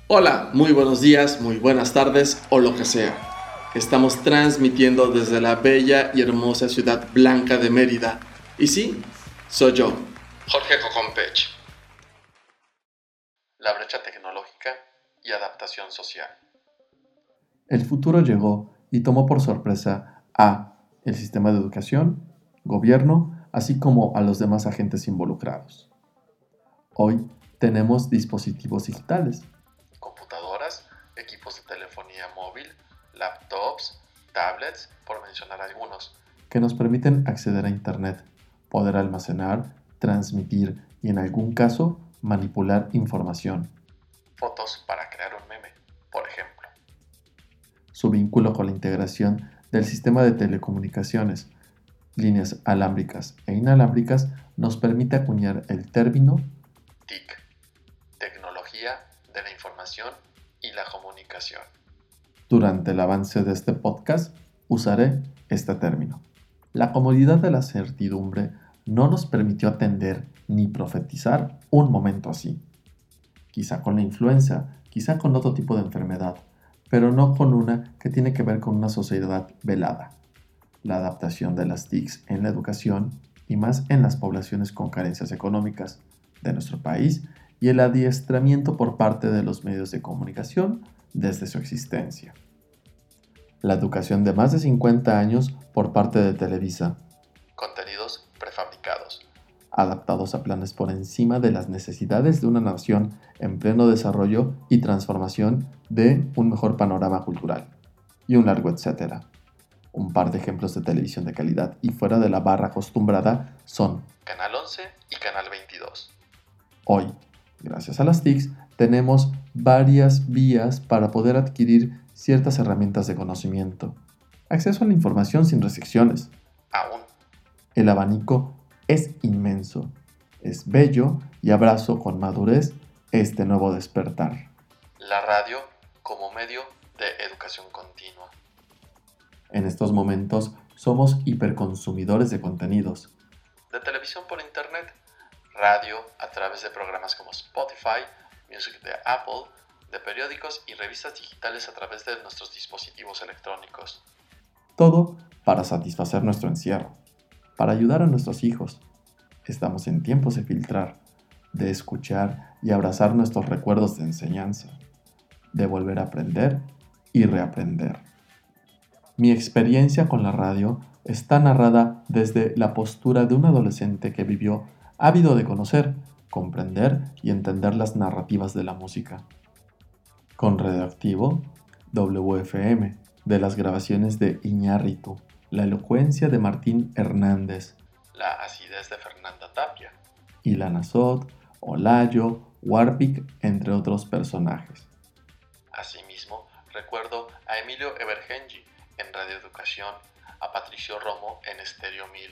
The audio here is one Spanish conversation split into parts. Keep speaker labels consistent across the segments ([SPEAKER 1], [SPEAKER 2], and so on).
[SPEAKER 1] Hola, muy buenos días, muy buenas tardes o lo que sea. Estamos transmitiendo desde la bella y hermosa ciudad blanca de Mérida. Y sí, soy yo, Jorge Cocompech. La brecha tecnológica y adaptación social.
[SPEAKER 2] El futuro llegó y tomó por sorpresa a el sistema de educación, gobierno, así como a los demás agentes involucrados. Hoy tenemos dispositivos digitales,
[SPEAKER 1] Computadoras, equipos de telefonía móvil, laptops, tablets, por mencionar algunos.
[SPEAKER 2] que nos permiten acceder a Internet, poder almacenar, transmitir y en algún caso manipular información.
[SPEAKER 1] Fotos para crear un meme, por ejemplo.
[SPEAKER 2] Su vínculo con la integración del sistema de telecomunicaciones, líneas alámbricas e inalámbricas nos permite acuñar el término
[SPEAKER 1] TIC, tecnología de la información y la comunicación.
[SPEAKER 2] Durante el avance de este podcast usaré este término. La comodidad de la certidumbre no nos permitió atender ni profetizar un momento así. Quizá con la influenza, quizá con otro tipo de enfermedad, pero no con una que tiene que ver con una sociedad velada. La adaptación de las TICs en la educación y más en las poblaciones con carencias económicas de nuestro país y el adiestramiento por parte de los medios de comunicación desde su existencia. La educación de más de 50 años por parte de Televisa,
[SPEAKER 1] Contenidos prefabricados.
[SPEAKER 2] adaptados a planes por encima de las necesidades de una nación en pleno desarrollo y transformación de un mejor panorama cultural. Y un largo etcétera. Un par de ejemplos de televisión de calidad y fuera de la barra acostumbrada son
[SPEAKER 1] Canal 11 y Canal 22.
[SPEAKER 2] hoy. Gracias a las TICs tenemos varias vías para poder adquirir ciertas herramientas de conocimiento. Acceso a la información sin restricciones.
[SPEAKER 1] Aún.
[SPEAKER 2] El abanico es inmenso. Es bello y abrazo con madurez este nuevo despertar.
[SPEAKER 1] La radio como medio de educación continua.
[SPEAKER 2] En estos momentos somos hiperconsumidores de contenidos.
[SPEAKER 1] De televisión por internet. Radio a través de programas como Spotify, Music de Apple, de periódicos y revistas digitales a través de nuestros dispositivos electrónicos.
[SPEAKER 2] Todo para satisfacer nuestro encierro, para ayudar a nuestros hijos. Estamos en tiempos de filtrar, de escuchar y abrazar nuestros recuerdos de enseñanza, de volver a aprender y reaprender. Mi experiencia con la radio está narrada desde la postura de un adolescente que vivió ávido de conocer, comprender y entender las narrativas de la música. Con Radioactivo, WFM, de las grabaciones de Iñárritu, la elocuencia de Martín Hernández,
[SPEAKER 1] La acidez de Fernanda Tapia.
[SPEAKER 2] Ilana Sot, Olayo, Warpic, entre otros personajes.
[SPEAKER 1] Asimismo, recuerdo a Emilio Evergenji en Radio Educación, a Patricio Romo en Estéreo 1000.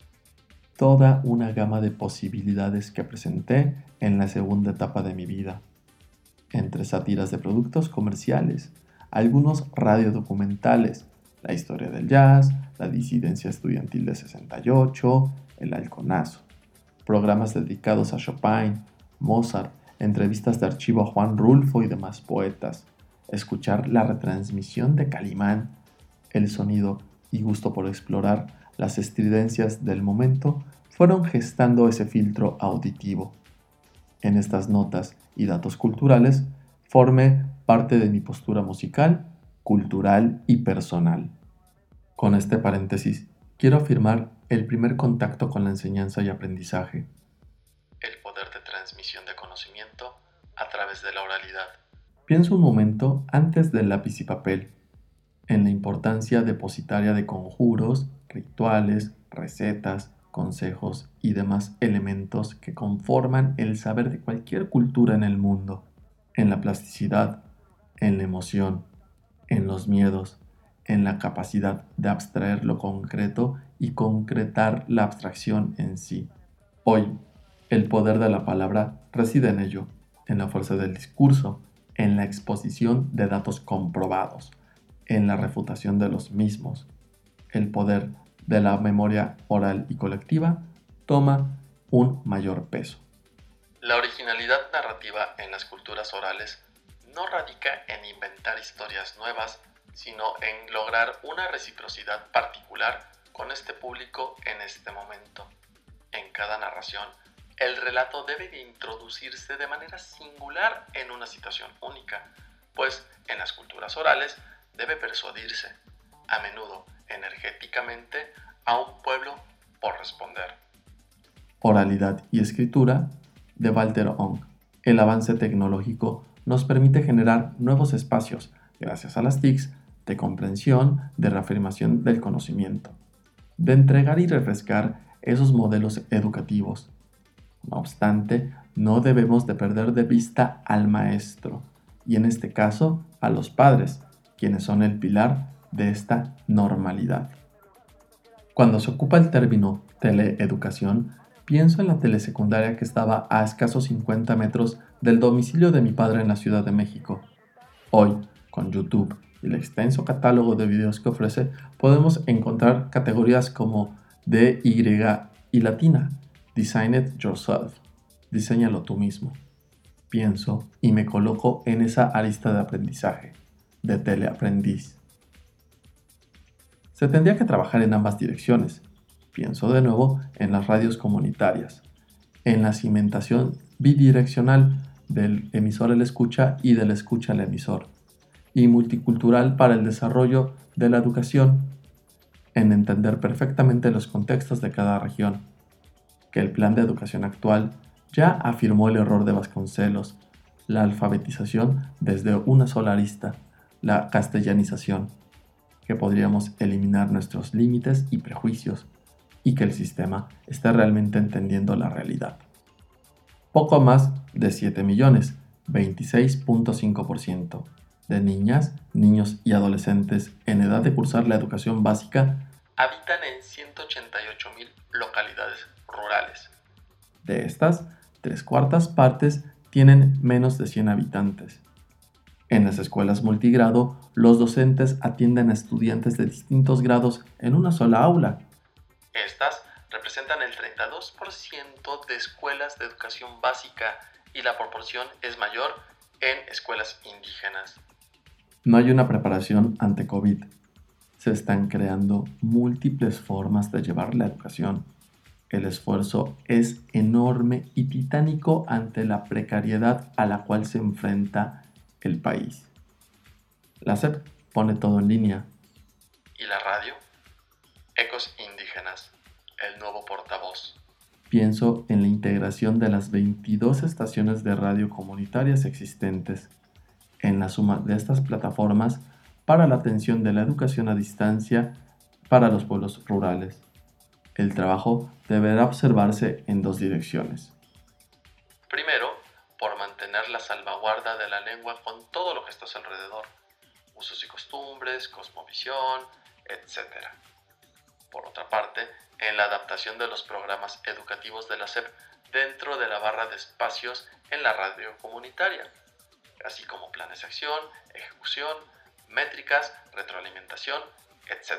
[SPEAKER 2] Toda una gama de posibilidades que presenté en la segunda etapa de mi vida, entre sátiras de productos comerciales, algunos radiodocumentales, la historia del jazz, la disidencia estudiantil de 68, el halconazo, programas dedicados a Chopin, Mozart, entrevistas de archivo a Juan Rulfo y demás poetas, escuchar la retransmisión de Calimán, el sonido y gusto por explorar las estridencias del momento fueron gestando ese filtro auditivo. En estas notas y datos culturales formé parte de mi postura musical, cultural y personal. Con este paréntesis, quiero afirmar el primer contacto con la enseñanza y aprendizaje.
[SPEAKER 1] El poder de transmisión de conocimiento a través de la oralidad.
[SPEAKER 2] Pienso un momento antes del lápiz y papel, en la importancia depositaria de conjuros, rituales, recetas, consejos y demás elementos que conforman el saber de cualquier cultura en el mundo, en la plasticidad, en la emoción, en los miedos, en la capacidad de abstraer lo concreto y concretar la abstracción en sí. Hoy, el poder de la palabra reside en ello, en la fuerza del discurso, en la exposición de datos comprobados, en la refutación de los mismos. El poder de la memoria oral y colectiva toma un mayor peso.
[SPEAKER 1] La originalidad narrativa en las culturas orales no radica en inventar historias nuevas, sino en lograr una reciprocidad particular con este público en este momento. En cada narración, el relato debe de introducirse de manera singular en una situación única, pues en las culturas orales debe persuadirse, a menudo energéticamente, a un pueblo por responder.
[SPEAKER 2] Oralidad y escritura de Walter Ong. El avance tecnológico nos permite generar nuevos espacios, gracias a las TICs, de comprensión, de reafirmación del conocimiento, de entregar y refrescar esos modelos educativos. No obstante, no debemos de perder de vista al maestro, y en este caso a los padres, quienes son el pilar de esta normalidad. Cuando se ocupa el término teleeducación, pienso en la telesecundaria que estaba a escasos 50 metros del domicilio de mi padre en la Ciudad de México. Hoy, con YouTube y el extenso catálogo de videos que ofrece, podemos encontrar categorías como DY y latina, Design It Yourself, diséñalo tú mismo. Pienso y me coloco en esa arista de aprendizaje, de teleaprendiz. Se tendría que trabajar en ambas direcciones. Pienso de nuevo en las radios comunitarias, en la cimentación bidireccional del emisor al escucha y del escucha al emisor, y multicultural para el desarrollo de la educación, en entender perfectamente los contextos de cada región, que el plan de educación actual ya afirmó el error de Vasconcelos, la alfabetización desde una sola arista, la castellanización, que podríamos eliminar nuestros límites y prejuicios, y que el sistema esté realmente entendiendo la realidad. Poco más de 7 millones, 26.5%, de niñas, niños y adolescentes en edad de cursar la educación básica
[SPEAKER 1] habitan en 188.000 localidades rurales.
[SPEAKER 2] De estas, 3/4 partes tienen menos de 100 habitantes. En las escuelas multigrado, los docentes atienden a estudiantes de distintos grados en una sola aula.
[SPEAKER 1] Estas representan el 32% de escuelas de educación básica y la proporción es mayor en escuelas indígenas.
[SPEAKER 2] No hay una preparación ante COVID. Se están creando múltiples formas de llevar la educación. El esfuerzo es enorme y titánico ante la precariedad a la cual se enfrenta el país. La SEP pone todo en línea.
[SPEAKER 1] ¿Y la radio? Ecos Indígenas, el nuevo portavoz.
[SPEAKER 2] Pienso en la integración de las 22 estaciones de radio comunitarias existentes, en la suma de estas plataformas para la atención de la educación a distancia para los pueblos rurales. El trabajo deberá observarse en dos direcciones.
[SPEAKER 1] Primero, por mantener la salvaguarda de la lengua con todo lo que está a su alrededor, usos y costumbres, cosmovisión, etc. Por otra parte, en la adaptación de los programas educativos de la SEP dentro de la barra de espacios en la radio comunitaria, así como planes de acción, ejecución, métricas, retroalimentación, etc.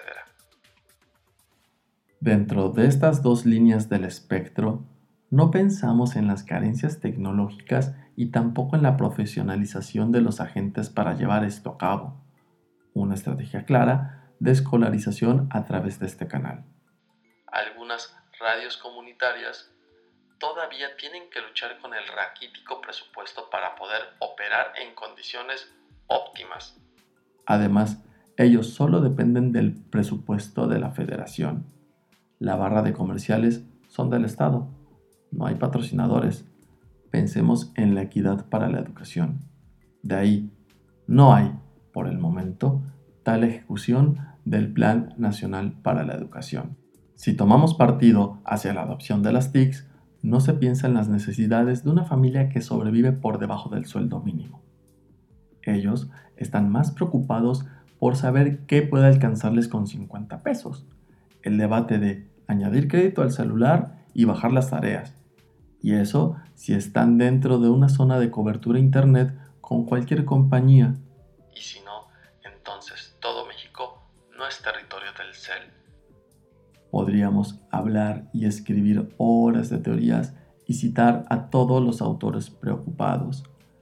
[SPEAKER 2] Dentro de estas dos líneas del espectro, no pensamos en las carencias tecnológicas y tampoco en la profesionalización de los agentes para llevar esto a cabo. Una estrategia clara de escolarización a través de este canal.
[SPEAKER 1] Algunas radios comunitarias todavía tienen que luchar con el raquítico presupuesto para poder operar en condiciones óptimas.
[SPEAKER 2] Además, ellos solo dependen del presupuesto de la federación. La barra de comerciales son del Estado. No hay patrocinadores. Pensemos en la equidad para la educación. De ahí, no hay, por el momento, tal ejecución del Plan Nacional para la Educación. Si tomamos partido hacia la adopción de las TICs, no se piensa en las necesidades de una familia que sobrevive por debajo del sueldo mínimo. Ellos están más preocupados por saber qué puede alcanzarles con 50 pesos. El debate de añadir crédito al celular y bajar las tareas. Y eso si están dentro de una zona de cobertura internet con cualquier compañía.
[SPEAKER 1] Y si no, entonces todo México no es territorio del CEL.
[SPEAKER 2] Podríamos hablar y escribir horas de teorías y citar a todos los autores preocupados.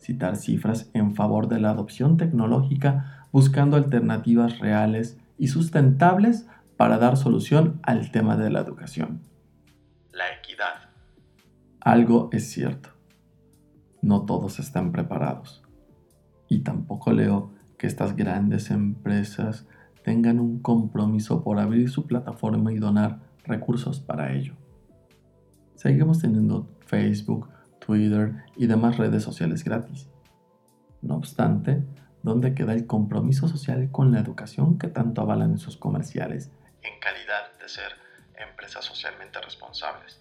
[SPEAKER 2] citar cifras en favor de la adopción tecnológica buscando alternativas reales y sustentables para dar solución al tema de la educación. La equidad. Algo es cierto, no todos están preparados. Y tampoco leo que estas grandes empresas tengan un compromiso por abrir su plataforma y donar recursos para ello. Seguimos teniendo Facebook, Twitter y demás redes sociales gratis. No obstante, ¿dónde queda el compromiso social con la educación que tanto avalan en sus comerciales en calidad de ser empresas socialmente responsables?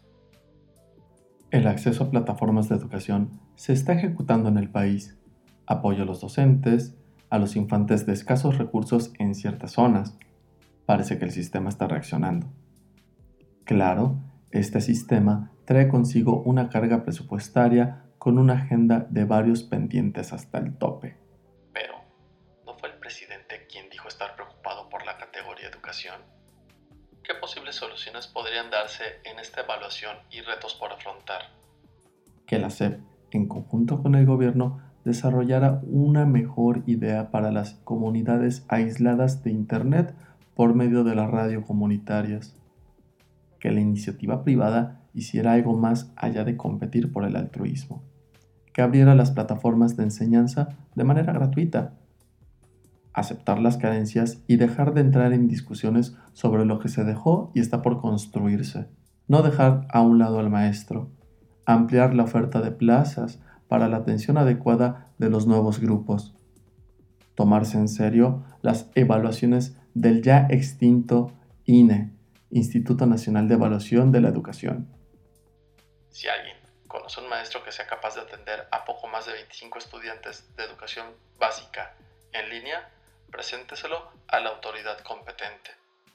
[SPEAKER 2] El acceso a plataformas de educación se está ejecutando en el país. Apoyo a los docentes, a los infantes de escasos recursos en ciertas zonas. Parece que el sistema está reaccionando. Claro, este sistema trae consigo una carga presupuestaria con una agenda de varios pendientes hasta el tope. Pero, ¿no fue el presidente quien dijo estar preocupado por la categoría educación? ¿Qué posibles soluciones podrían darse en esta evaluación y retos por afrontar? Que la SEP, en conjunto con el gobierno, desarrollara una mejor idea para las comunidades aisladas de Internet por medio de las radio comunitarias. Que la iniciativa privada hiciera algo más allá de competir por el altruismo. Que abriera las plataformas de enseñanza de manera gratuita. Aceptar las carencias y dejar de entrar en discusiones sobre lo que se dejó y está por construirse. No dejar a un lado al maestro. Ampliar la oferta de plazas para la atención adecuada de los nuevos grupos. Tomarse en serio las evaluaciones del ya extinto INE, Instituto Nacional de Evaluación de la Educación. Si alguien conoce un maestro que sea capaz de atender a poco más de 25 estudiantes de educación básica en línea, presénteselo a la autoridad competente.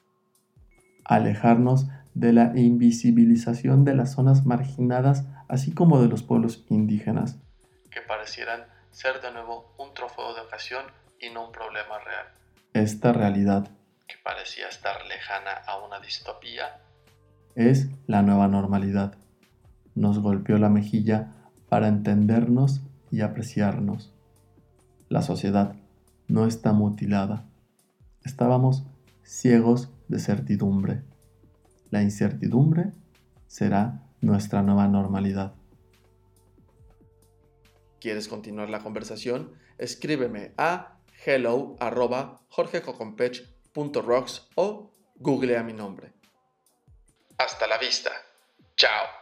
[SPEAKER 2] Alejarnos de la invisibilización de las zonas marginadas, así como de los pueblos indígenas, que parecieran ser de nuevo un trofeo de ocasión y no un problema real. Esta realidad, que parecía estar lejana a una distopía, es la nueva normalidad. Nos golpeó la mejilla para entendernos y apreciarnos. La sociedad no está mutilada. Estábamos ciegos de certidumbre. La incertidumbre será nuestra nueva normalidad.
[SPEAKER 1] ¿Quieres continuar la conversación? Escríbeme a hello@jorgecocompech.rocks o googlea mi nombre. Hasta la vista. Chao.